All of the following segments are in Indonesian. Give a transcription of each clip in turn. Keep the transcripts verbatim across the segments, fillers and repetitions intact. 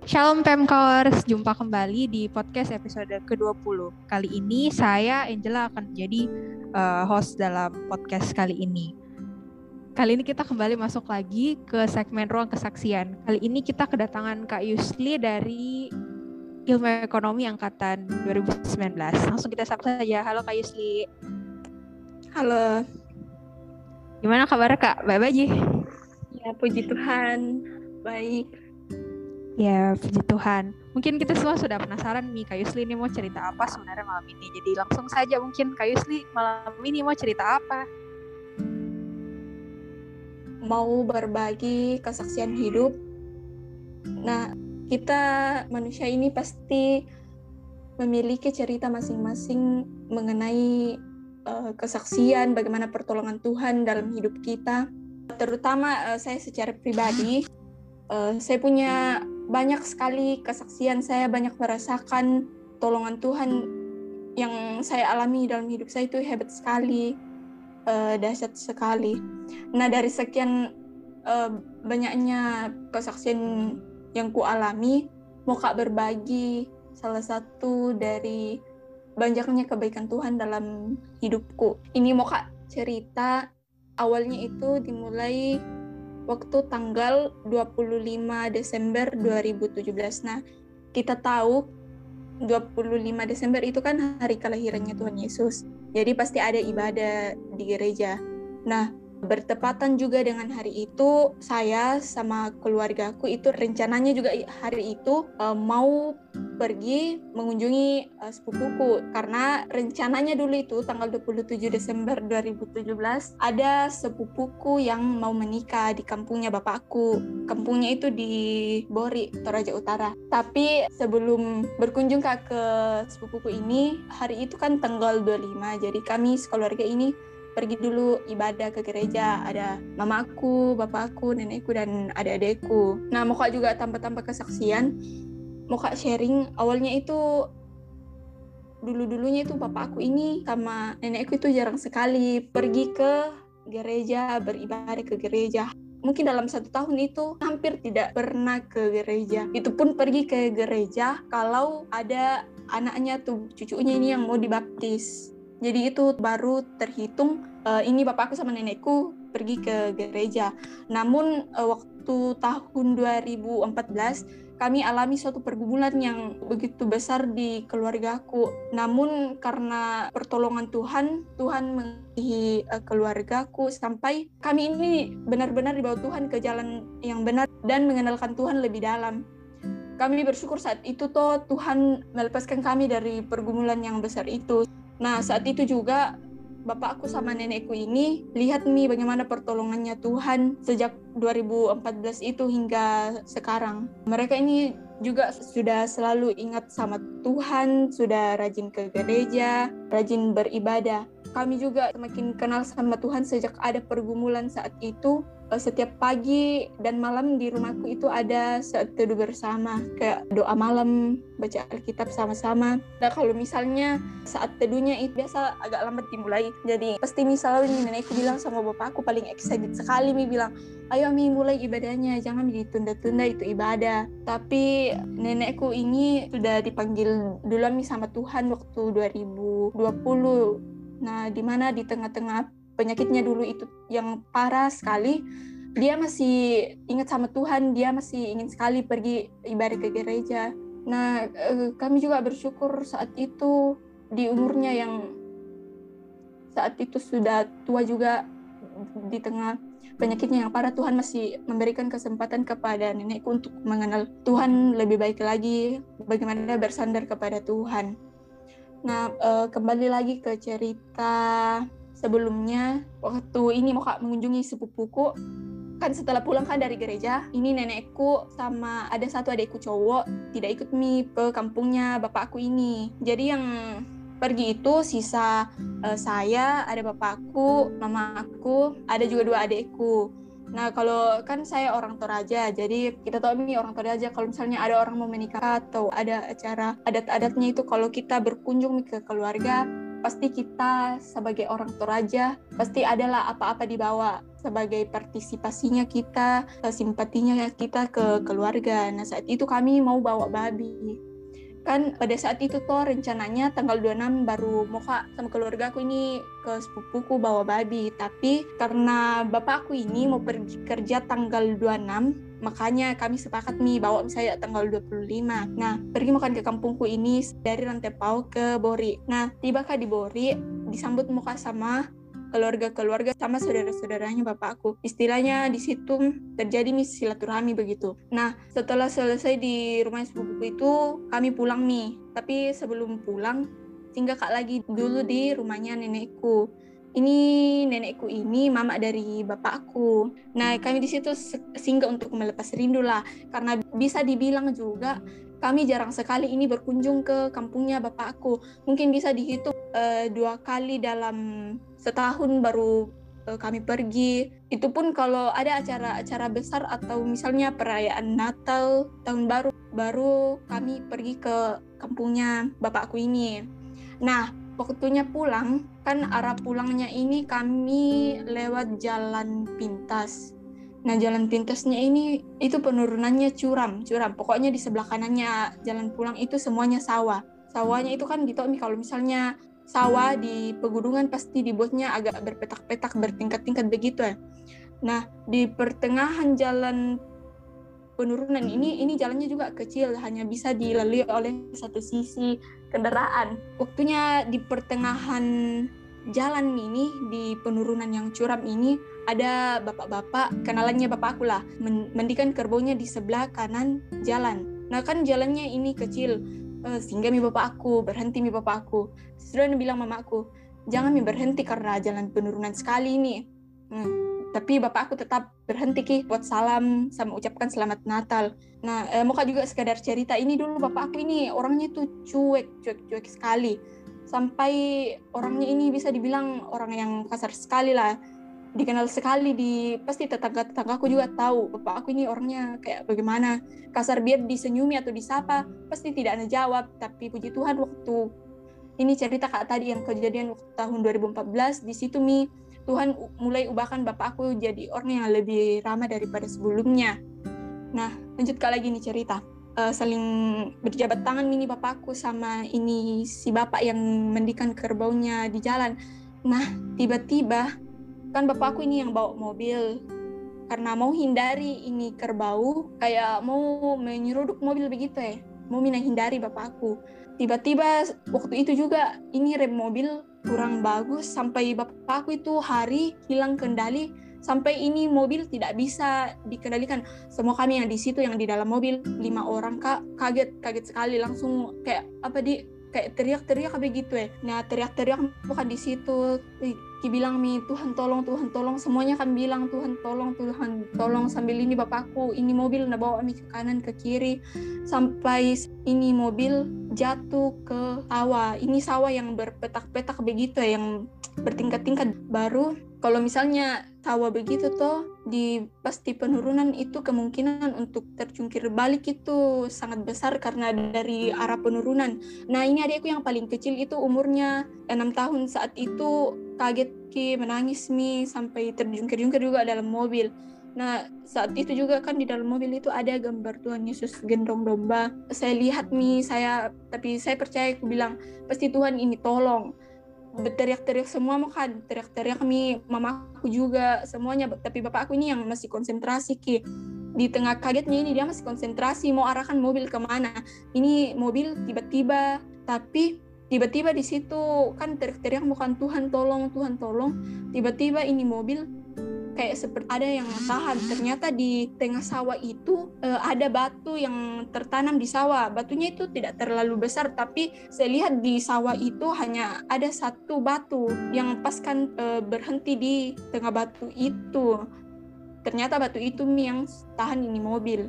Shalom Pemkors, jumpa kembali di podcast episode ke dua puluh. Kali ini saya, Angela, akan menjadi uh, host dalam podcast kali ini. Kali ini kita kembali masuk lagi ke segmen Ruang Kesaksian. Kali ini kita kedatangan Kak Yusli dari Ilmu Ekonomi Angkatan dua ribu sembilan belas. Langsung kita sapa saja. Halo Kak Yusli. Halo. Gimana kabar Kak? Baik-baik aja? Ya, puji Tuhan. Baik. Ya, puji Tuhan. Mungkin kita semua sudah penasaran nih, Kak Yusli ini mau cerita apa sebenarnya malam ini. Jadi langsung saja mungkin Kak Yusli malam ini mau cerita apa? Mau berbagi kesaksian hidup. Nah, kita manusia ini pasti memiliki cerita masing-masing mengenai uh, kesaksian, bagaimana pertolongan Tuhan dalam hidup kita. Terutama uh, saya secara pribadi, uh, saya punya banyak sekali kesaksian, saya banyak merasakan tolongan Tuhan yang saya alami dalam hidup saya itu hebat sekali, uh, dahsyat sekali. Nah, dari sekian uh, banyaknya kesaksian yang ku alami, mau Kak berbagi salah satu dari banyaknya kebaikan Tuhan dalam hidupku. Ini mau Kak cerita, awalnya itu dimulai waktu tanggal dua puluh lima Desember dua ribu tujuh belas. Nah, kita tahu dua puluh lima Desember itu kan hari kelahirannya Tuhan Yesus. Jadi pasti ada ibadah di gereja. Nah, bertepatan juga dengan hari itu, saya sama keluargaku itu rencananya juga hari itu uh, mau pergi mengunjungi uh, sepupuku, karena rencananya dulu itu tanggal dua puluh tujuh Desember dua ribu tujuh belas ada sepupuku yang mau menikah di kampungnya bapakku. Kampungnya itu di Bori, Toraja Utara. Tapi sebelum berkunjung ke, ke sepupuku ini, hari itu kan tanggal dua puluh lima, jadi kami sekeluarga ini pergi dulu ibadah ke gereja. Ada mamaku, bapakku, nenekku, dan adik-adikku. Nah, mau Kak juga tambah-tambah kesaksian, mau Kak sharing, awalnya itu dulu-dulunya itu bapakku ini sama nenekku itu jarang sekali pergi ke gereja, beribadah ke gereja. Mungkin dalam satu tahun itu hampir tidak pernah ke gereja. Itu pun pergi ke gereja kalau ada anaknya tuh, cucunya ini yang mau dibaptis. Jadi itu baru terhitung uh, ini bapakku sama nenekku pergi ke gereja. Namun uh, waktu tahun dua ribu empat belas kami alami suatu pergumulan yang begitu besar di keluargaku. Namun karena pertolongan Tuhan, Tuhan mengasihi uh, keluargaku sampai kami ini benar-benar dibawa Tuhan ke jalan yang benar dan mengenalkan Tuhan lebih dalam. Kami bersyukur saat itu toh Tuhan melepaskan kami dari pergumulan yang besar itu. Nah, saat itu juga bapakku sama nenekku ini lihat nih bagaimana pertolongannya Tuhan sejak dua ribu empat belas itu hingga sekarang. Mereka ini juga sudah selalu ingat sama Tuhan, sudah rajin ke gereja, rajin beribadah. Kami juga semakin kenal sama Tuhan sejak ada pergumulan saat itu. Setiap pagi dan malam di rumahku itu ada saat teduh bersama, kayak doa malam, baca Alkitab sama-sama. Nah, kalau misalnya saat teduhnya itu biasa agak lambat dimulai, jadi pasti misalnya nenekku bilang sama bapakku paling excited sekali, mi bilang, ayo mi mulai ibadahnya, jangan ditunda-tunda itu ibadah. Tapi nenekku ini sudah dipanggil dulu mi sama Tuhan waktu dua ribu dua puluh. Nah, dimana di tengah-tengah penyakitnya dulu itu yang parah sekali, dia masih ingat sama Tuhan, dia masih ingin sekali pergi ibadah ke gereja. Nah, eh, kami juga bersyukur saat itu di umurnya yang saat itu sudah tua juga, di tengah penyakitnya yang parah, Tuhan masih memberikan kesempatan kepada nenekku untuk mengenal Tuhan lebih baik lagi, bagaimana bersandar kepada Tuhan. Nah, eh, kembali lagi ke cerita sebelumnya, waktu ini mau Kak mengunjungi sepupuku, kan setelah pulang kan dari gereja, ini nenekku sama ada satu adikku cowok tidak ikut mi ke kampungnya bapakku ini. Jadi yang pergi itu sisa uh, saya, ada bapakku, mama aku, ada juga dua adikku. Nah, kalau kan saya orang Toraja, jadi kita tahu nih orang Toraja kalau misalnya ada orang mau menikah atau ada acara adat-adatnya itu, kalau kita berkunjung ke keluarga pasti kita sebagai orang Toraja pasti adalah apa-apa dibawa sebagai partisipasinya kita, simpatinya kita ke keluarga. Nah saat itu kami mau bawa babi. Kan pada saat itu tuh rencananya tanggal dua puluh enam baru mau kak sama keluarga aku ini ke sepupuku bawa babi. Tapi karena bapak aku ini mau pergi kerja tanggal dua puluh enam, makanya kami sepakat nih bawa saya tanggal dua puluh lima. Nah pergi makan ke kampungku ini dari Rantepao ke Bori. Nah tiba kak di Bori disambut muka sama keluarga-keluarga sama saudara-saudaranya bapakku. Istilahnya di situ terjadi nih silaturahmi begitu. Nah, setelah selesai di rumah sepupuku itu, kami pulang nih. Tapi sebelum pulang, singgah kak lagi dulu di rumahnya nenekku. Ini nenekku ini mama dari bapakku. Nah, kami di situ singgah untuk melepas rindu lah. Karena bisa dibilang juga kami jarang sekali ini berkunjung ke kampungnya bapakku. Mungkin bisa dihitung uh, dua kali dalam setahun baru uh, kami pergi. Itu pun kalau ada acara-acara besar atau misalnya perayaan Natal, tahun baru, baru kami pergi ke kampungnya bapakku ini. Nah, waktunya pulang, kan arah pulangnya ini kami lewat jalan pintas. Nah, jalan pintasnya ini itu penurunannya curam, curam. Pokoknya di sebelah kanannya jalan pulang itu semuanya sawah. Sawahnya itu kan gitu, kalau misalnya sawah di pegunungan pasti dibuatnya agak berpetak-petak, bertingkat-tingkat begitu ya. Nah, di pertengahan jalan penurunan ini, ini jalannya juga kecil, hanya bisa dilalui oleh satu sisi kendaraan. Waktunya di pertengahan jalan ini, di penurunan yang curam ini, ada bapak-bapak, kenalannya bapak aku lah, mendikan kerbaunya di sebelah kanan jalan. Nah kan jalannya ini kecil, uh, sehingga mi bapak aku, berhenti mi bapak aku. Sudah bilang mamaku, jangan mi berhenti karena jalan penurunan sekali ini. Hmm. Tapi bapak aku tetap berhenti ki buat salam sama ucapkan selamat Natal. Nah, eh, muka juga sekadar cerita ini dulu bapak aku ini orangnya tuh cuek, cuek, cuek sekali. Sampai orangnya ini bisa dibilang orang yang kasar sekali lah. Dikenal sekali di pasti tetangga-tetanggaku juga tahu bapak aku ini orangnya kayak bagaimana. Kasar, biar disenyumi atau disapa pasti tidak ada jawab. Tapi puji Tuhan waktu ini cerita kak tadi yang kejadian waktu tahun dua ribu empat belas, di situ mi Tuhan mulai ubahkan bapak aku jadi orang yang lebih ramah daripada sebelumnya. Nah, lanjut kak lagi nih cerita. Uh, saling berjabat tangan ini bapakku sama ini si bapak yang mendikan kerbaunya di jalan. Nah, tiba-tiba kan bapakku ini yang bawa mobil. Karena mau hindari ini kerbau, kayak mau menyeruduk mobil begitu ya. Mau menghindari bapakku. Tiba-tiba waktu itu juga ini rem mobil kurang bagus sampai bapakku itu hari hilang kendali, sampai ini mobil tidak bisa dikendalikan. Semua kami yang di situ yang di dalam mobil lima orang kak kaget kaget sekali, langsung kayak apa di kayak teriak-teriak begitu ya. Nah teriak-teriak bukan di situ, dibilang mi Tuhan tolong Tuhan tolong, semuanya kan bilang Tuhan tolong Tuhan tolong, sambil ini bapakku ini mobil nah bawa mi ke kanan ke kiri sampai ini mobil jatuh ke sawah. Ini sawah yang berpetak-petak begitu ya, yang bertingkat-tingkat. Baru kalau misalnya sawah begitu toh di pasti penurunan itu kemungkinan untuk terjungkir balik itu sangat besar karena dari arah penurunan. Nah ini adikku yang paling kecil itu umurnya enam tahun saat itu kaget ki menangis mi sampai terjungkir-jungkir juga dalam mobil. Nah saat itu juga kan di dalam mobil itu ada gambar Tuhan Yesus gendong domba. Saya lihat mi saya, tapi saya percaya aku bilang pasti Tuhan ini tolong. Berteriak-teriak semua kan, teriak-teriak mi mamaku juga semuanya, tapi bapak aku ini yang masih konsentrasi ki. Di tengah kagetnya ini dia masih konsentrasi mau arahkan mobil kemana. Ini mobil tiba-tiba, tapi tiba-tiba di situ kan teriak-teriak bukan Tuhan tolong Tuhan tolong, tiba-tiba ini mobil kayak seperti ada yang tahan. Ternyata di tengah sawah itu uh, ada batu yang tertanam di sawah. Batunya itu tidak terlalu besar, tapi saya lihat di sawah itu hanya ada satu batu yang pas kan uh, berhenti di tengah batu itu. Ternyata batu itu yang tahan ini mobil.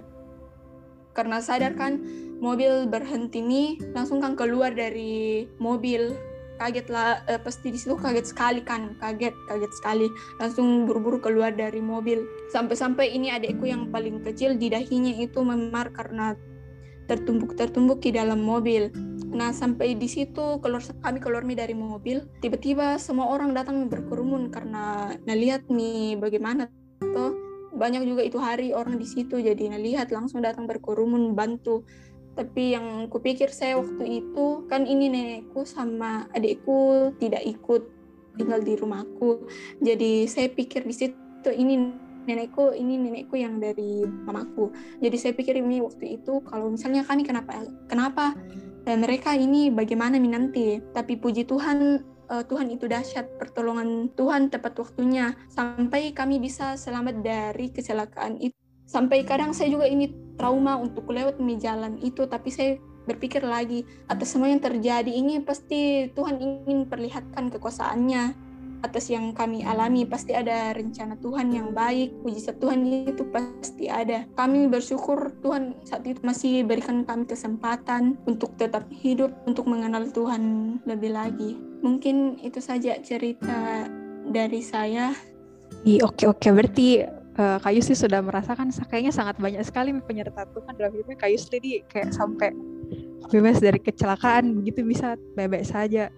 Karena sadar kan mobil berhenti nih, langsung kan keluar dari mobil. Kaget lah, eh, pasti di situ kaget sekali kan, kaget, kaget sekali, langsung buru-buru keluar dari mobil. Sampai-sampai ini adikku yang paling kecil di dahinya itu memar karena tertumbuk-tertumbuk di dalam mobil. Nah, sampai di situ keluar kami keluar mi dari mobil, tiba-tiba semua orang datang berkerumun karena nalihat mi bagaimana toh banyak juga itu hari orang di situ, jadi nalihat langsung datang berkerumun bantu. Tapi yang kupikir saya waktu itu, kan ini nenekku sama adikku tidak ikut tinggal di rumahku, jadi saya pikir di situ ini nenekku, ini nenekku yang dari mamaku. Jadi saya pikir ini waktu itu kalau misalnya kami kenapa kenapa dan mereka ini bagaimana mi nanti. Tapi puji Tuhan, uh, Tuhan itu dahsyat, pertolongan Tuhan tepat waktunya sampai kami bisa selamat dari kecelakaan itu. Sampai kadang saya juga ini trauma untuk lewat mi jalan itu, tapi saya berpikir lagi atas semua yang terjadi ini pasti Tuhan ingin perlihatkan kekuasaannya. Atas yang kami alami pasti ada rencana Tuhan yang baik, mujizat Tuhan itu pasti ada. Kami bersyukur Tuhan saat itu masih berikan kami kesempatan untuk tetap hidup, untuk mengenal Tuhan lebih lagi. Mungkin itu saja cerita dari saya. Oke oke berarti uh, Kak Yusli sudah merasakan kayaknya sangat banyak sekali penyertaan Tuhan dalam hidupnya Kak Yusli di kayak sampai bebas dari kecelakaan begitu bisa baik-baik saja.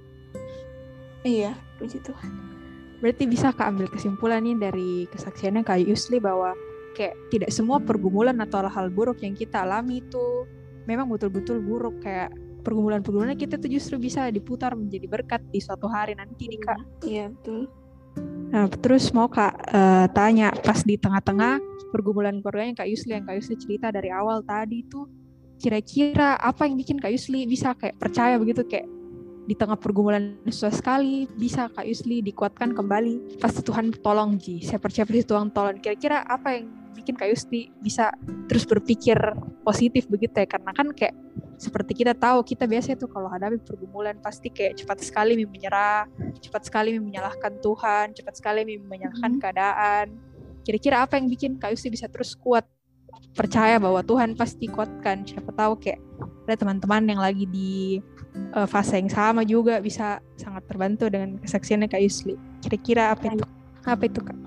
Iya, puji Tuhan. Berarti bisa Kak ambil kesimpulan nih dari kesaksiannya Kak Yusli bahwa kayak tidak semua pergumulan atau hal-hal buruk yang kita alami itu memang betul-betul buruk, kayak pergumulan-pergumulan kita tuh justru bisa diputar menjadi berkat di suatu hari nanti nih Kak. Iya betul. Nah terus mau Kak uh, tanya, pas di tengah-tengah pergumulan keluarganya Kak Yusli yang Kak Yusli cerita dari awal tadi tuh, kira-kira apa yang bikin Kak Yusli bisa kayak percaya begitu, kayak di tengah pergumulan susah sekali bisa Kak Yusli dikuatkan kembali, pasti Tuhan tolong Ji, saya percaya pasti Tuhan tolong. Kira-kira apa yang bikin Kak Yusli bisa terus berpikir positif begitu ya? Karena kan kayak seperti kita tahu, kita biasanya tuh kalau hadapi pergumulan pasti kayak cepat sekali menyerah, cepat sekali menyalahkan Tuhan, cepat sekali menyalahkan hmm. keadaan. Kira-kira apa yang bikin Kak Yusli bisa terus kuat percaya bahwa Tuhan pasti kuatkan? Siapa tahu kayak ada teman-teman yang lagi di uh, fase yang sama juga bisa sangat terbantu dengan kesaksiannya Kak Yusli. Kira-kira apa itu? Apa itu Kak?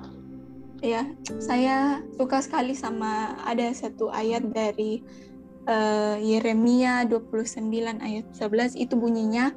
Ya, saya suka sekali sama ada satu ayat dari uh, Yeremia dua puluh sembilan ayat sebelas, itu bunyinya,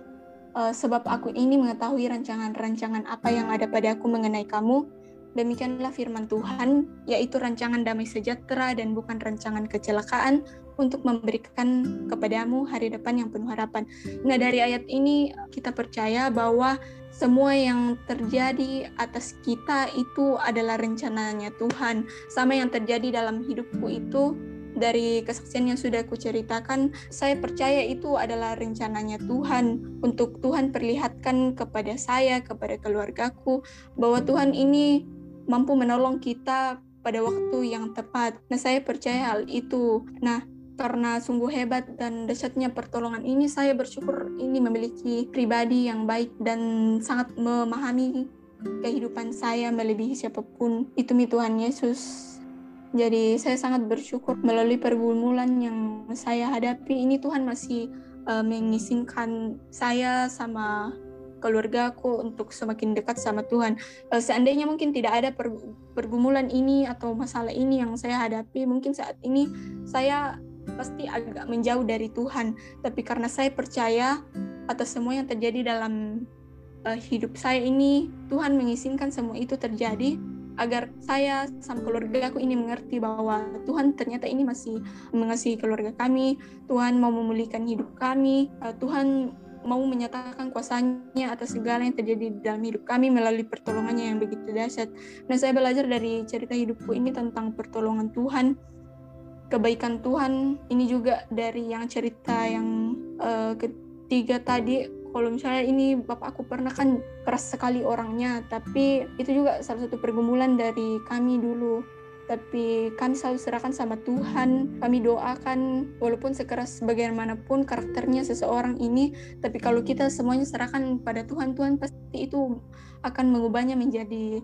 uh, sebab aku ini mengetahui rancangan-rancangan apa yang ada padaku mengenai kamu, demikianlah firman Tuhan, yaitu rancangan damai sejahtera dan bukan rancangan kecelakaan, untuk memberikan kepadamu hari depan yang penuh harapan. Nah, dari ayat ini kita percaya bahwa semua yang terjadi atas kita itu adalah rencananya Tuhan. Sama yang terjadi dalam hidupku itu, dari kesaksian yang sudah aku ceritakan, saya percaya itu adalah rencananya Tuhan, untuk Tuhan perlihatkan kepada saya, kepada keluargaku, bahwa Tuhan ini mampu menolong kita pada waktu yang tepat. Nah, saya percaya hal itu. Nah, karena sungguh hebat dan dahsyatnya pertolongan ini, saya bersyukur ini memiliki pribadi yang baik dan sangat memahami kehidupan saya melebihi siapapun. Itu mi Tuhan Yesus. Jadi saya sangat bersyukur melalui pergumulan yang saya hadapi ini, Tuhan masih uh, mengizinkan saya sama keluargaku untuk semakin dekat sama Tuhan. Uh, seandainya mungkin tidak ada pergumulan ini atau masalah ini yang saya hadapi, mungkin saat ini saya pasti agak menjauh dari Tuhan. Tapi karena saya percaya atas semua yang terjadi dalam uh, hidup saya ini, Tuhan mengizinkan semua itu terjadi agar saya sama keluarga aku ini mengerti bahwa Tuhan ternyata ini masih mengasihi keluarga kami. Tuhan mau memulihkan hidup kami. uh, Tuhan mau menyatakan kuasanya atas segala yang terjadi dalam hidup kami melalui pertolongannya yang begitu dahsyat. Nah, saya belajar dari cerita hidupku ini tentang pertolongan Tuhan, kebaikan Tuhan. Ini juga dari yang cerita yang uh, ketiga tadi, kalau misalnya ini bapak aku pernah kan keras sekali orangnya, tapi itu juga salah satu pergumulan dari kami dulu. Tapi kami selalu serahkan sama Tuhan, kami doakan walaupun sekeras bagaimanapun karakternya seseorang ini, tapi kalau kita semuanya serahkan pada Tuhan, Tuhan pasti itu akan mengubahnya menjadi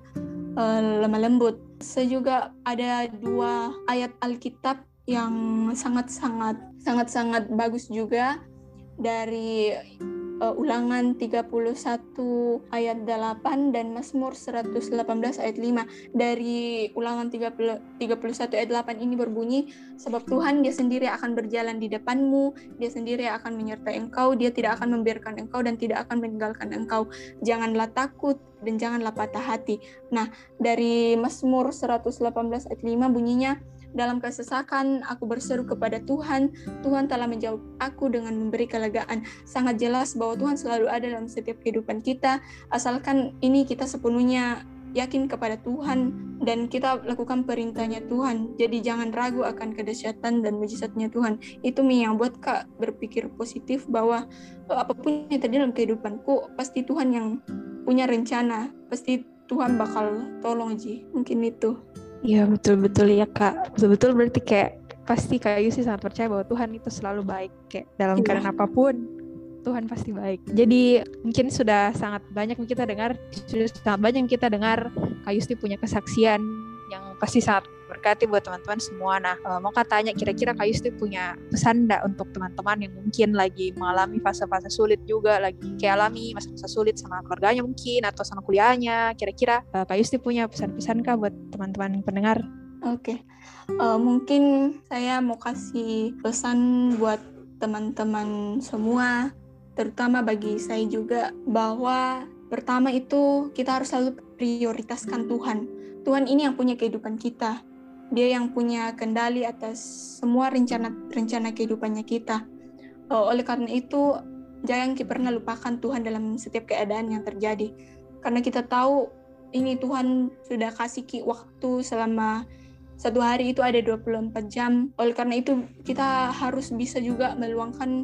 uh, lemah lembut. Saya juga ada dua ayat Alkitab yang sangat-sangat sangat-sangat bagus juga dari uh, Ulangan tiga puluh satu ayat delapan dan Mazmur seratus delapan belas ayat lima. Dari Ulangan tiga puluh, tiga puluh satu ayat delapan ini berbunyi, sebab Tuhan dia sendiri akan berjalan di depanmu, dia sendiri akan menyertai engkau, dia tidak akan membiarkan engkau dan tidak akan meninggalkan engkau. Janganlah takut dan janganlah patah hati. Nah, dari Mazmur seratus delapan belas ayat lima bunyinya, dalam kesesakan aku berseru kepada Tuhan, Tuhan telah menjawab aku dengan memberi kelegaan. Sangat jelas bahwa Tuhan selalu ada dalam setiap kehidupan kita, asalkan ini kita sepenuhnya yakin kepada Tuhan dan kita lakukan perintahnya Tuhan. Jadi jangan ragu akan kedahsyatan dan mujizatnya Tuhan. Itu yang buat Kak berpikir positif bahwa apapun yang terjadi dalam kehidupanku, pasti Tuhan yang punya rencana, pasti Tuhan bakal tolong Ji. Mungkin itu. Iya betul-betul ya Kak, betul-betul berarti kayak pasti Kak Yusi sangat percaya bahwa Tuhan itu selalu baik, kayak dalam keadaan ya. Apapun Tuhan pasti baik. Jadi mungkin sudah sangat banyak kita dengar, sudah sangat banyak kita dengar Kak Yusi punya kesaksian yang pasti sangat berkati buat teman-teman semua. Nah, mau Kak tanya, kira-kira Kak Yusti punya pesan enggak untuk teman-teman yang mungkin lagi mengalami fase-fase sulit juga, lagi kayak alami masa-masa sulit sama keluarganya mungkin, atau sama kuliahnya. Kira-kira uh, Kak Yusti punya pesan-pesan Kak buat teman-teman pendengar? Oke, okay. uh, mungkin saya mau kasih pesan buat teman-teman semua, terutama bagi saya juga, bahwa pertama itu kita harus selalu prioritaskan Tuhan. Tuhan ini yang punya kehidupan kita. Dia yang punya kendali atas semua rencana-rencana kehidupannya kita. Oleh karena itu, jangan kita pernah lupakan Tuhan dalam setiap keadaan yang terjadi. Karena kita tahu ini Tuhan sudah kasih ki waktu selama satu hari itu ada dua puluh empat jam. Oleh karena itu, kita harus bisa juga meluangkan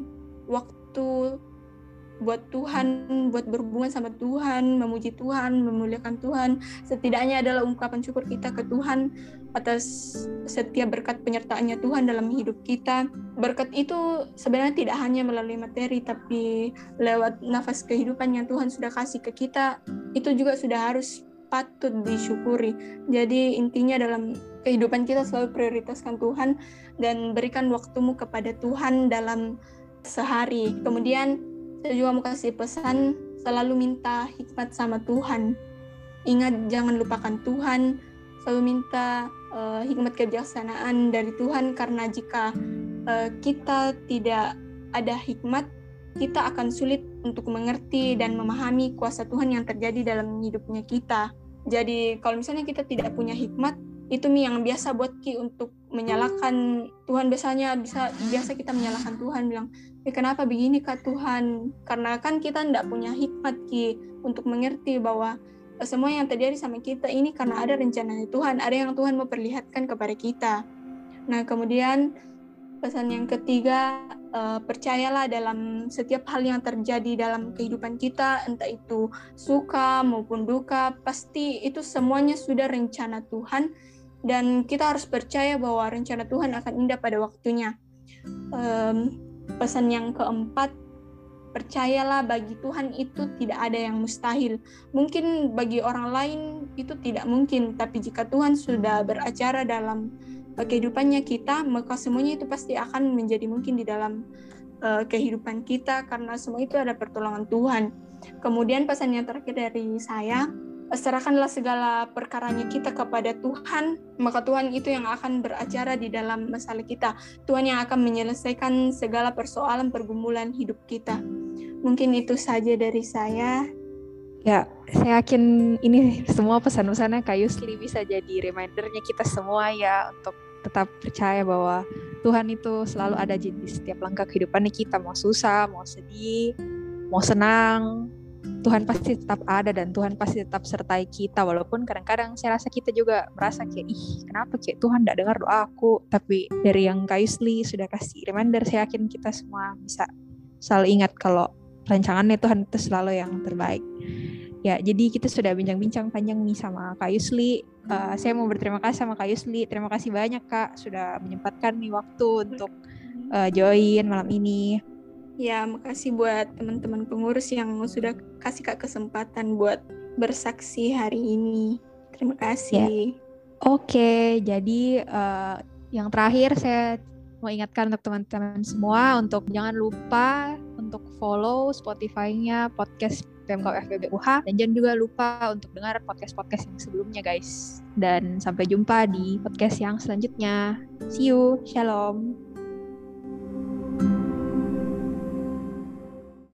waktu buat Tuhan, buat berhubungan sama Tuhan, memuji Tuhan, memuliakan Tuhan. Setidaknya adalah ungkapan syukur kita ke Tuhan atas setiap berkat penyertaannya Tuhan dalam hidup kita. Berkat itu sebenarnya tidak hanya melalui materi, tapi lewat nafas kehidupan yang Tuhan sudah kasih ke kita, itu juga sudah harus patut disyukuri. Jadi intinya dalam kehidupan kita selalu prioritaskan Tuhan dan berikan waktumu kepada Tuhan dalam sehari. Kemudian saya juga mau kasih pesan, selalu minta hikmat sama Tuhan. Ingat, jangan lupakan Tuhan. Selalu minta uh, hikmat kebijaksanaan dari Tuhan, karena jika uh, kita tidak ada hikmat, kita akan sulit untuk mengerti dan memahami kuasa Tuhan yang terjadi dalam hidupnya kita. Jadi kalau misalnya kita tidak punya hikmat, itu yang biasa buat Ki untuk menyalahkan Tuhan. Biasanya bisa biasa kita menyalahkan Tuhan, bilang, eh kenapa begini Kak Tuhan? Karena kan kita tidak punya hikmat Ki untuk mengerti bahwa semua yang terjadi sama kita ini karena ada rencana Tuhan, ada yang Tuhan mau perlihatkan kepada kita. Nah, kemudian pesan yang ketiga, uh, percayalah dalam setiap hal yang terjadi dalam kehidupan kita, entah itu suka maupun duka, pasti itu semuanya sudah rencana Tuhan. Dan kita harus percaya bahwa rencana Tuhan akan indah pada waktunya. Um, pesan yang keempat, percayalah bagi Tuhan itu tidak ada yang mustahil. Mungkin bagi orang lain itu tidak mungkin, tapi jika Tuhan sudah beracara dalam uh, kehidupannya kita, maka semuanya itu pasti akan menjadi mungkin di dalam uh, kehidupan kita, karena semua itu ada pertolongan Tuhan. Kemudian pesan yang terakhir dari saya, serahkanlah segala perkaranya kita kepada Tuhan, maka Tuhan itu yang akan beracara di dalam masalah kita. Tuhan yang akan menyelesaikan segala persoalan pergumulan hidup kita. Mungkin itu saja dari saya. Ya, saya yakin ini semua pesan-pesannya Kak Yusli bisa jadi remindernya kita semua ya, untuk tetap percaya bahwa Tuhan itu selalu ada di setiap langkah kehidupannya kita, mau susah, mau sedih, mau senang. Tuhan pasti tetap ada dan Tuhan pasti tetap sertai kita, walaupun kadang-kadang saya rasa kita juga merasa kayak, ih kenapa kayak Tuhan gak dengar doaku. Tapi dari yang Kak Yusli sudah kasih reminder, saya yakin kita semua bisa selalu ingat kalau rancangannya Tuhan itu selalu yang terbaik. Ya, jadi kita sudah bincang-bincang panjang nih sama Kak Yusli. Uh, saya mau berterima kasih sama Kak Yusli. Terima kasih banyak Kak sudah menyempatkan nih waktu untuk uh, join malam ini. Ya, makasih buat teman-teman pengurus yang sudah kasih Kak kesempatan buat bersaksi hari ini. Terima kasih. Ya. Oke, jadi uh, yang terakhir saya mau ingatkan untuk teman-teman semua untuk jangan lupa untuk follow Spotify-nya podcast Pemkab F B B U H, dan jangan juga lupa untuk dengar podcast-podcast yang sebelumnya guys. Dan sampai jumpa di podcast yang selanjutnya. See you, shalom.